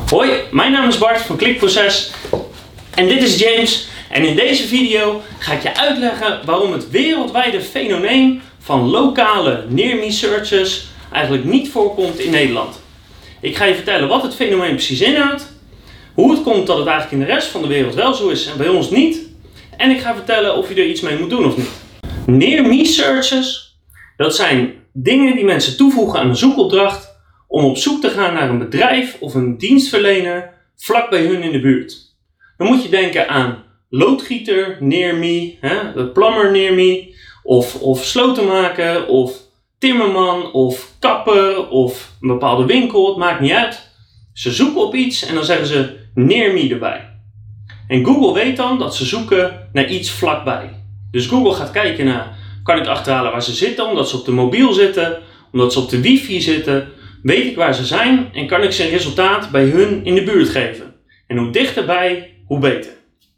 Hoi, mijn naam is Bart van Klikproces en dit is James. En in deze video ga ik je uitleggen waarom het wereldwijde fenomeen van lokale near me searches eigenlijk niet voorkomt in Nederland. Ik ga je vertellen wat het fenomeen precies inhoudt, hoe het komt dat het eigenlijk in de rest van de wereld wel zo is en bij ons niet. En ik ga vertellen of je er iets mee moet doen of niet. Near me searches, dat zijn dingen die mensen toevoegen aan een zoekopdracht om op zoek te gaan naar een bedrijf of een dienstverlener vlak bij hun in de buurt. Dan moet je denken aan loodgieter near me, de plumber near me, of slotenmaker, of timmerman, of kapper, of een bepaalde winkel, het maakt niet uit. Ze zoeken op iets en dan zeggen ze near me erbij. En Google weet dan dat ze zoeken naar iets vlakbij. Dus Google gaat kijken naar, kan ik achterhalen waar ze zitten, omdat ze op de mobiel zitten, omdat ze op de wifi zitten. Weet ik waar ze zijn en kan ik ze een resultaat bij hun in de buurt geven. En hoe dichterbij, hoe beter.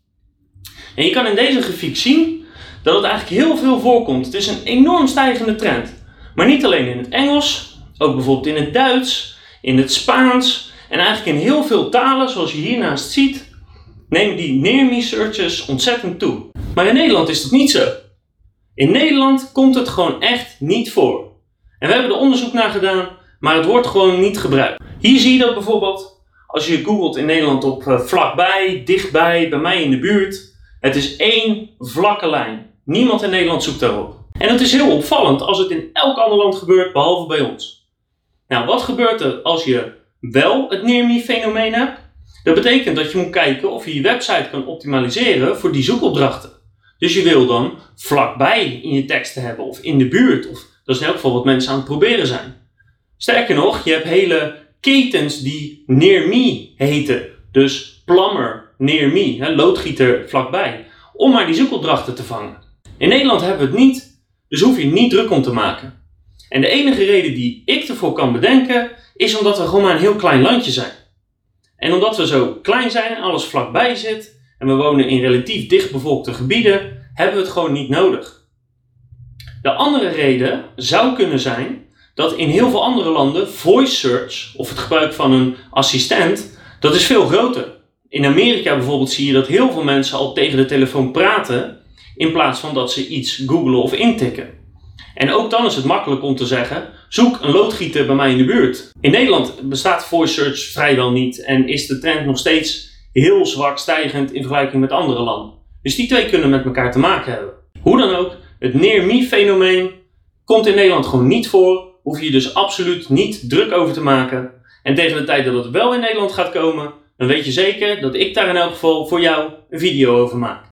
En je kan in deze grafiek zien dat het eigenlijk heel veel voorkomt. Het is een enorm stijgende trend. Maar niet alleen in het Engels, ook bijvoorbeeld in het Duits, in het Spaans en eigenlijk in heel veel talen, zoals je hiernaast ziet, nemen die near me searches ontzettend toe. Maar in Nederland is dat niet zo. In Nederland komt het gewoon echt niet voor. En we hebben er onderzoek naar gedaan, maar het wordt gewoon niet gebruikt. Hier zie je dat bijvoorbeeld als je googelt in Nederland op vlakbij, dichtbij, bij mij in de buurt. Het is één vlakke lijn. Niemand in Nederland zoekt daarop. En het is heel opvallend als het in elk ander land gebeurt, behalve bij ons. Nou, wat gebeurt er als je wel het near me fenomeen hebt? Dat betekent dat je moet kijken of je je website kan optimaliseren voor die zoekopdrachten. Dus je wil dan vlakbij in je teksten hebben of in de buurt. Of dat is in elk geval wat mensen aan het proberen zijn. Sterker nog, je hebt hele ketens die near me heten. Dus plumber near me, loodgieter vlakbij. Om maar die zoekopdrachten te vangen. In Nederland hebben we het niet, dus hoef je niet druk om te maken. En de enige reden die ik ervoor kan bedenken, is omdat we gewoon maar een heel klein landje zijn. En omdat we zo klein zijn en alles vlakbij zit, en we wonen in relatief dichtbevolkte gebieden, hebben we het gewoon niet nodig. De andere reden zou kunnen zijn dat in heel veel andere landen voice search, of het gebruik van een assistent, dat is veel groter. In Amerika bijvoorbeeld zie je dat heel veel mensen al tegen de telefoon praten, in plaats van dat ze iets googlen of intikken. En ook dan is het makkelijk om te zeggen, zoek een loodgieter bij mij in de buurt. In Nederland bestaat voice search vrijwel niet en is de trend nog steeds heel zwak stijgend in vergelijking met andere landen. Dus die twee kunnen met elkaar te maken hebben. Hoe dan ook, het near me fenomeen komt in Nederland gewoon niet voor. Hoef je dus absoluut niet druk over te maken. En tegen de tijd dat het wel in Nederland gaat komen, dan weet je zeker dat ik daar in elk geval voor jou een video over maak.